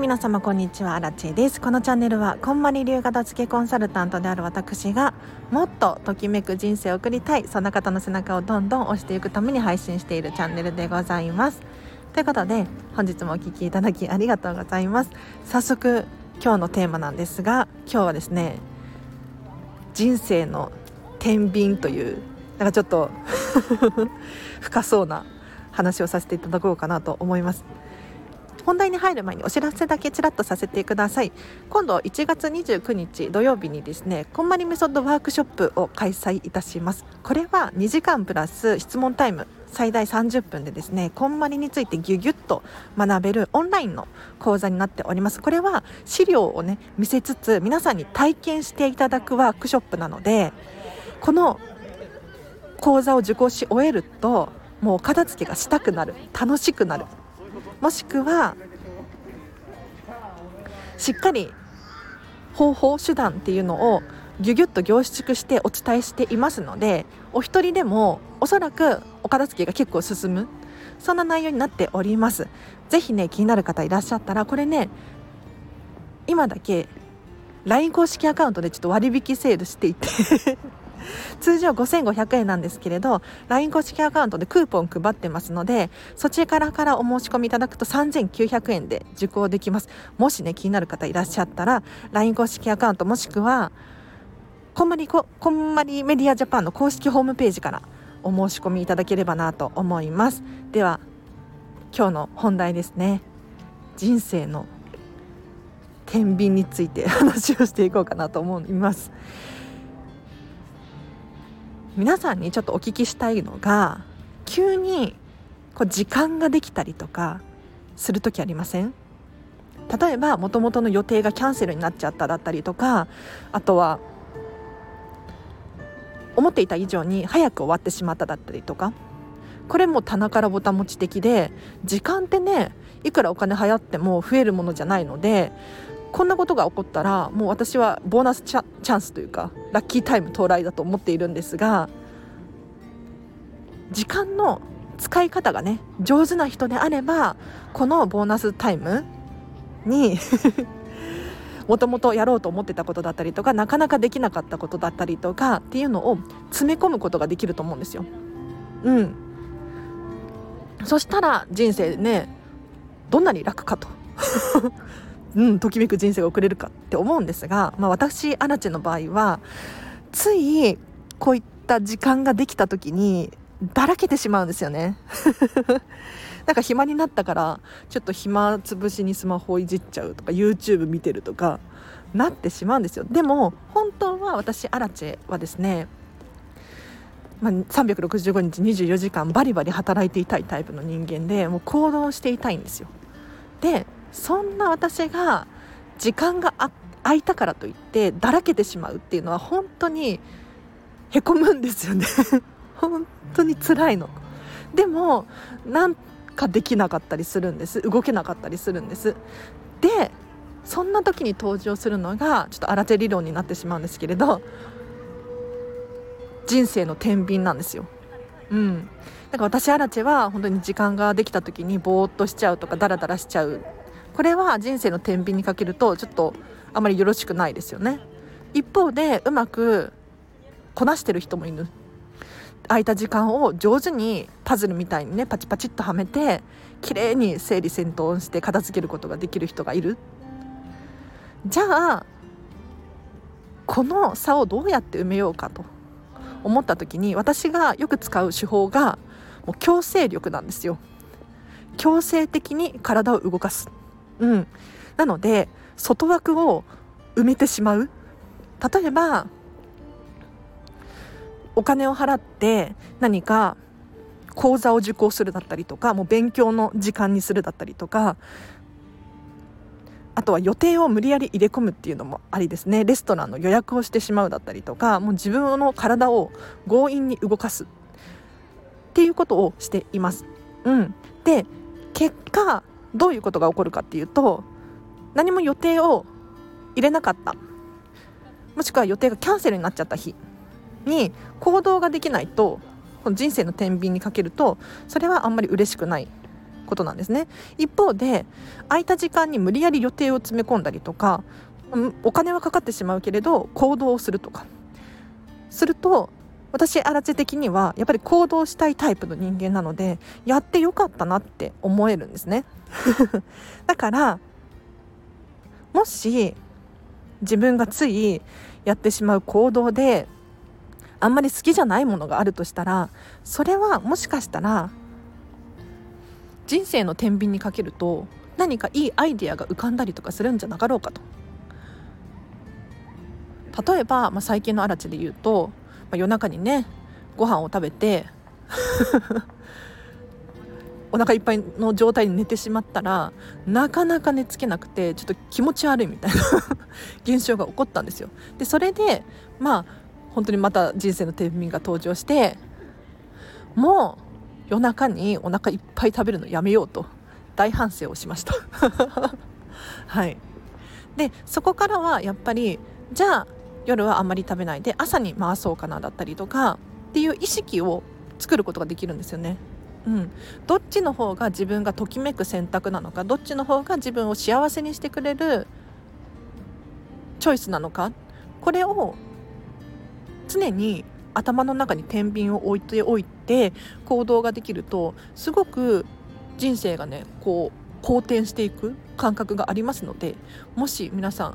皆様こんにちは、アラチェです。このチャンネルはこんまり流片付けコンサルタントである私がもっとときめく人生を送りたい、そんな方の背中をどんどん押していくために配信しているチャンネルでございます。ということで本日もお聞きいただきありがとうございます。早速今日のテーマなんですが、今日はですね、人生の天秤というなんかちょっと深そうな話をさせていただこうかなと思います。本題に入る前にお知らせだけちらっとさせてください。今度1月29日土曜日にですね、こんまりメソッドワークショップを開催いたします。これは2時間プラス質問タイム最大30分でですね、こんまりについてギュギュッと学べるオンラインの講座になっております。これは資料をね見せつつ皆さんに体験していただくワークショップなので、この講座を受講し終えるともうお片付けがしたくなる、楽しくなる、もしくはしっかり方法手段っていうのをギュギュッと凝縮してお伝えしていますので、お一人でもおそらくお片付けが結構進む、そんな内容になっております。ぜひね、気になる方いらっしゃったら、これね今だけ LINE 公式アカウントでちょっと割引セールしていて通常5500円なんですけれど、 LINE 公式アカウントでクーポン配ってますので、そちらからお申し込みいただくと3900円で受講できます。もしね気になる方いらっしゃったら LINE 公式アカウントもしくはこんまりメディアジャパンの公式ホームページからお申し込みいただければなと思います。では今日の本題ですね、人生の天秤について話をしていこうかなと思います。皆さんにちょっとお聞きしたいのが、急に時間ができたりとかするときありません？例えば元々の予定がキャンセルになっちゃっただったりとか、あとは思っていた以上に早く終わってしまっただったりとか、これも棚からぼた持ち的で、時間ってねいくらお金払っても増えるものじゃないので、こんなことが起こったらもう私はボーナスチャンスというかラッキータイム到来だと思っているんですが、時間の使い方がね上手な人であれば、このボーナスタイムにもともとやろうと思ってたことだったりとか、なかなかできなかったことだったりとかっていうのを詰め込むことができると思うんですよ。そしたら人生ねどんなに楽かとときめく人生が送れるかって思うんですが、私アラチェの場合はついこういった時間ができた時にだらけてしまうんですよねなんか暇になったからちょっと暇つぶしにスマホをいじっちゃうとか YouTube 見てるとかなってしまうんですよ。でも本当は私アラチェはですね、365日24時間バリバリ働いていたいタイプの人間で、もう行動していたいんですよ。でそんな私が時間が空いたからといってだらけてしまうっていうのは本当にへこむんですよね本当に辛いの。でもなんかできなかったりするんです。動けなかったりするんです。でそんな時に登場するのがちょっとアラチェ理論になってしまうんですけれど、人生の天秤なんですよ。だから私アラチェは本当に時間ができた時にぼーっとしちゃうとかダラダラしちゃう、これは人生の天秤にかけるとちょっとあまりよろしくないですよね。一方でうまくこなしてる人もいる。空いた時間を上手にパズルみたいにねパチパチっとはめて綺麗に整理整頓して片付けることができる人がいる。じゃあこの差をどうやって埋めようかと思った時に、私がよく使う手法がもう強制力なんですよ。強制的に体を動かす。なので外枠を埋めてしまう。例えばお金を払って何か講座を受講するだったりとか、もう勉強の時間にするだったりとか、あとは予定を無理やり入れ込むっていうのもありですね。レストランの予約をしてしまうだったりとか、もう自分の体を強引に動かすっていうことをしています。で結果どういうことが起こるかっていうと、何も予定を入れなかった、もしくは予定がキャンセルになっちゃった日に行動ができないと、この人生の天秤にかけるとそれはあんまり嬉しくないことなんですね。一方で空いた時間に無理やり予定を詰め込んだりとか、お金はかかってしまうけれど行動をするとかすると、私アラチェ的にはやっぱり行動したいタイプの人間なので、やってよかったなって思えるんですねだからもし自分がついやってしまう行動であんまり好きじゃないものがあるとしたら、それはもしかしたら人生の天秤にかけると何かいいアイデアが浮かんだりとかするんじゃなかろうかと。例えば、最近のアラチェで言うと、夜中にねご飯を食べてお腹いっぱいの状態に寝てしまったら、なかなか寝つけなくてちょっと気持ち悪いみたいな現象が起こったんですよ。でそれで本当にまた人生の天秤が登場して、もう夜中にお腹いっぱい食べるのやめようと大反省をしましたはい。でそこからはやっぱり、じゃあ夜はあんまり食べないで朝に回そうかなだったりとかっていう意識を作ることができるんですよね。どっちの方が自分がときめく選択なのか、どっちの方が自分を幸せにしてくれるチョイスなのか、これを常に頭の中に天秤を置いておいて行動ができると、すごく人生がね好転していく感覚がありますので、もし皆さん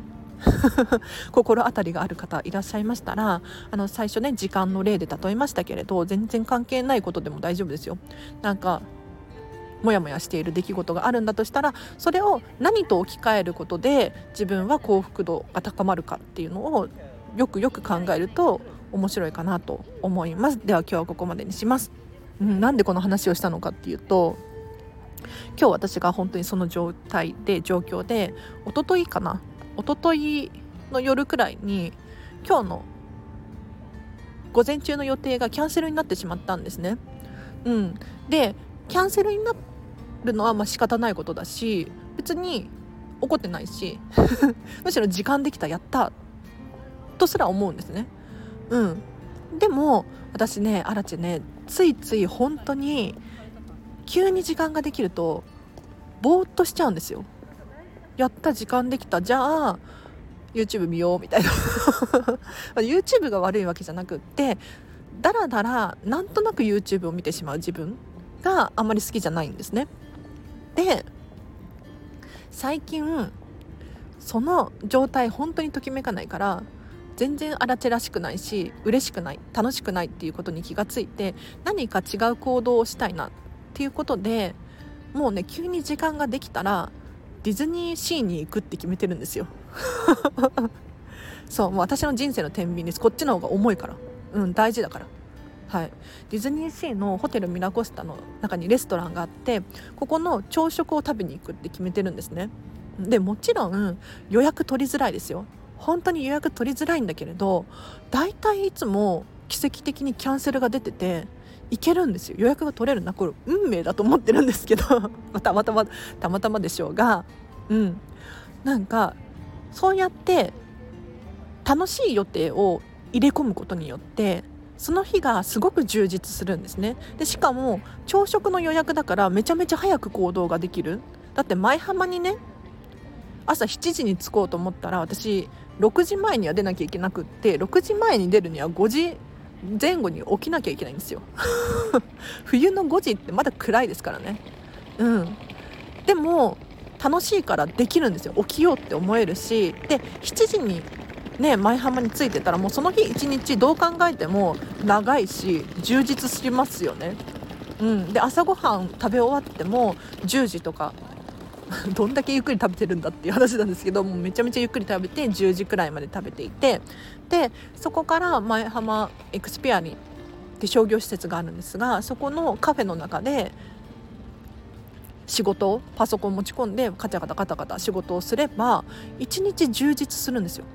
心当たりがある方いらっしゃいましたら、最初ね時間の例で例えましたけれど、全然関係ないことでも大丈夫ですよ。なんかモヤモヤしている出来事があるんだとしたら、それを何と置き換えることで自分は幸福度が高まるかっていうのをよくよく考えると面白いかなと思います。では今日はここまでにします。なんでこの話をしたのかっていうと、今日私が本当にその状況で一昨日の夜くらいに今日の午前中の予定がキャンセルになってしまったんですね。でキャンセルになるのは仕方ないことだし、別に怒ってないしむしろ時間できた、やったとすら思うんですね。でも私ね、アラチェね、ついつい本当に急に時間ができるとぼーっとしちゃうんですよ。やった、時間できた、じゃあ YouTube 見ようみたいなYouTube が悪いわけじゃなくって、だらだらなんとなく YouTube を見てしまう自分があんまり好きじゃないんですね。で最近その状態本当にときめかないから、全然アラチェらしくないし嬉しくない、楽しくないっていうことに気がついて、何か違う行動をしたいなっていうことで、もうね急に時間ができたらディズニーシーに行くって決めてるんですよそう、もう私の人生の天秤です。こっちの方が重いから、大事だから。はい、ディズニーシーのホテルミラコスタの中にレストランがあって、ここの朝食を食べに行くって決めてるんですね。でもちろん予約取りづらいですよ。本当に予約取りづらいんだけれど、だいたいいつも奇跡的にキャンセルが出てて行けるんですよ。予約が取れるな、これ運命だと思ってるんですけどたまたまでしょうが、なんかそうやって楽しい予定を入れ込むことによってその日がすごく充実するんですね。でしかも朝食の予約だからめちゃめちゃ早く行動ができる。だって舞浜にね朝7時に着こうと思ったら、私6時前には出なきゃいけなくって、6時前に出るには5時前後に起きなきゃいけないんですよ冬の5時ってまだ暗いですからね。でも楽しいからできるんですよ。起きようって思えるし、で7時にね舞浜に着いてたら、もうその日一日どう考えても長いし充実しますよね。で朝ごはん食べ終わっても10時とかどんだけゆっくり食べてるんだっていう話なんですけど、もうめちゃめちゃゆっくり食べて10時くらいまで食べていて、でそこから舞浜エクスピアリって商業施設があるんですが、そこのカフェの中で仕事をパソコン持ち込んでカチャカタ仕事をすれば一日充実するんですよ。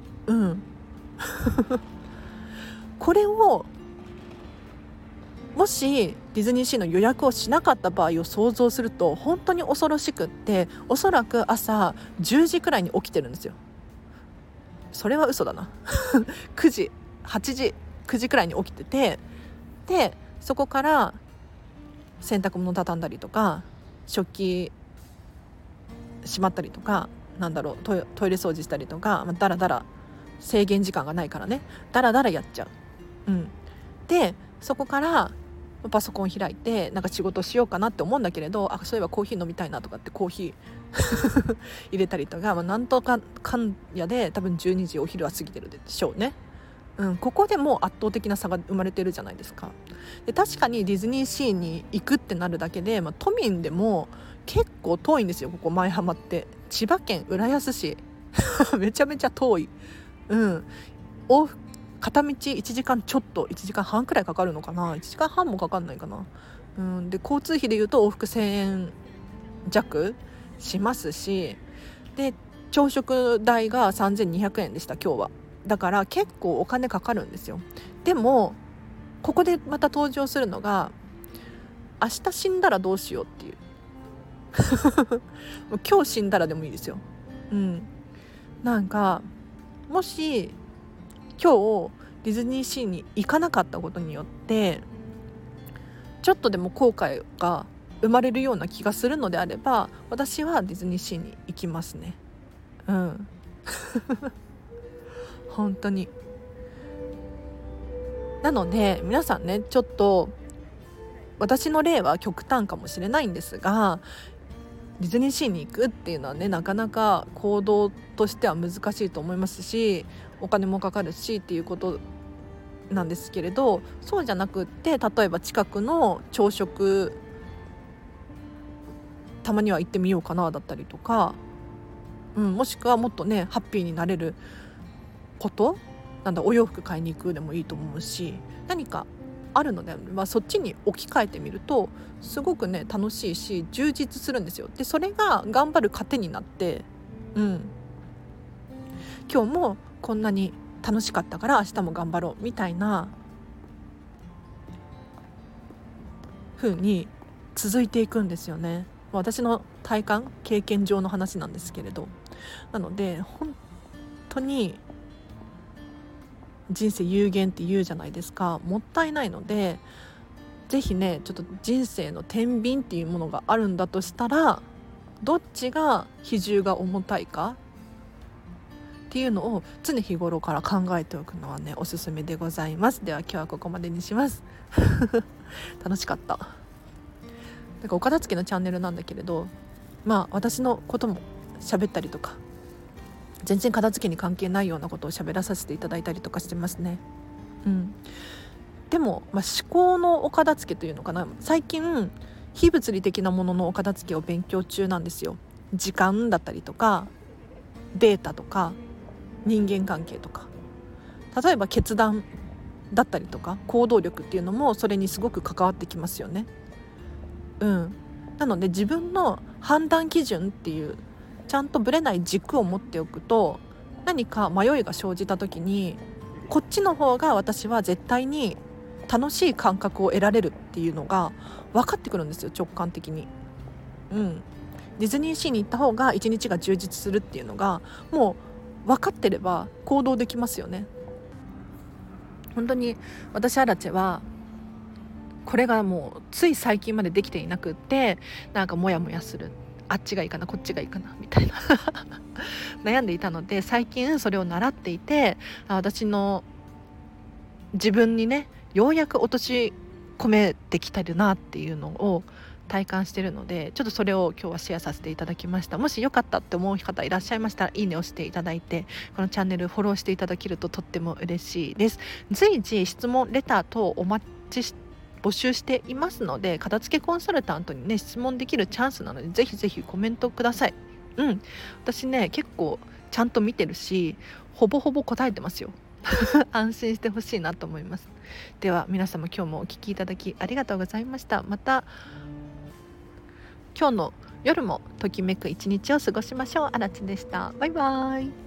これをもしディズニーシーの予約をしなかった場合を想像すると本当に恐ろしくって、おそらく朝10時くらいに起きてるんですよ。それは嘘だな9時8時9時くらいに起きてて、でそこから洗濯物畳んだりとか食器しまったりとか、トイレ掃除したりとか、だらだら制限時間がないからね、だらだらやっちゃう。でそこからパソコン開いてなんか仕事しようかなって思うんだけれど、そういえばコーヒー飲みたいなとかってコーヒー入れたりとか、なんとかかんやで多分12時お昼は過ぎてるでしょうね。ここでもう圧倒的な差が生まれてるじゃないですか。で確かにディズニーシーに行くってなるだけで、都民でも結構遠いんですよ。ここ舞浜って千葉県浦安市めちゃめちゃ遠い。往復片道1時間ちょっと、1時間半くらいかかるのかな、1時間半もかかんないかな。で交通費でいうと往復1000円弱しますし、で朝食代が3200円でした今日は。だから結構お金かかるんですよ。でもここでまた登場するのが、明日死んだらどうしようっていう今日死んだらでもいいですよ。なんかもし今日ディズニーシーに行かなかったことによってちょっとでも後悔が生まれるような気がするのであれば、私はディズニーシーに行きますね。本当に。なので皆さんね、ちょっと私の例は極端かもしれないんですが、ディズニーシーに行くっていうのはね、なかなか行動としては難しいと思いますし、お金もかかるしっていうことなんですけれど、そうじゃなくって、例えば近くの朝食たまには行ってみようかなだったりとか、もしくはもっとねハッピーになれること、お洋服買いに行くでもいいと思うし、何かあるので、そっちに置き換えてみるとすごくね楽しいし充実するんですよ。でそれが頑張る糧になって、今日もこんなに楽しかったから明日も頑張ろうみたいな風に続いていくんですよね。私の体感経験上の話なんですけれど、なので本当に人生有限って言うじゃないですか。もったいないので、ぜひねちょっと人生の天秤っていうものがあるんだとしたら、どっちが比重が重たいかっていうのを常日頃から考えておくのはねおすすめでございます。では今日はここまでにします楽しかった。なんかお片付けのチャンネルなんだけれど、私のことも喋ったりとか、全然片付けに関係ないようなことを喋らさせていただいたりとかしてますね。でも、思考のお片付けというのかな、最近非物理的なもののお片付けを勉強中なんですよ。時間だったりとかデータとか人間関係とか、例えば決断だったりとか行動力っていうのもそれにすごく関わってきますよね。なので自分の判断基準っていうちゃんとぶれない軸を持っておくと、何か迷いが生じた時にこっちの方が私は絶対に楽しい感覚を得られるっていうのが分かってくるんですよ、直感的に。ディズニーシーに行った方が一日が充実するっていうのがもう分かってれば行動できますよね。本当に私アラチェはこれがもうつい最近までできていなくって、なんかモヤモヤする、あっちがいいかなこっちがいいかなみたいな悩んでいたので、最近それを習っていて、私の自分にねようやく落とし込めてきてるなっていうのを体感してるので、ちょっとそれを今日はシェアさせていただきました。もしよかったって思う方いらっしゃいましたらいいねをしていただいて、このチャンネルフォローしていただけるととっても嬉しいです。随時質問レター等お待ちして募集していますので、片付けコンサルタントにね質問できるチャンスなので、ぜひぜひコメントください。私ね結構ちゃんと見てるし、ほぼほぼ答えてますよ安心してほしいなと思います。では皆様今日もお聞きいただきありがとうございました。また今日の夜もときめく一日を過ごしましょう。あらちでした。バイバイ。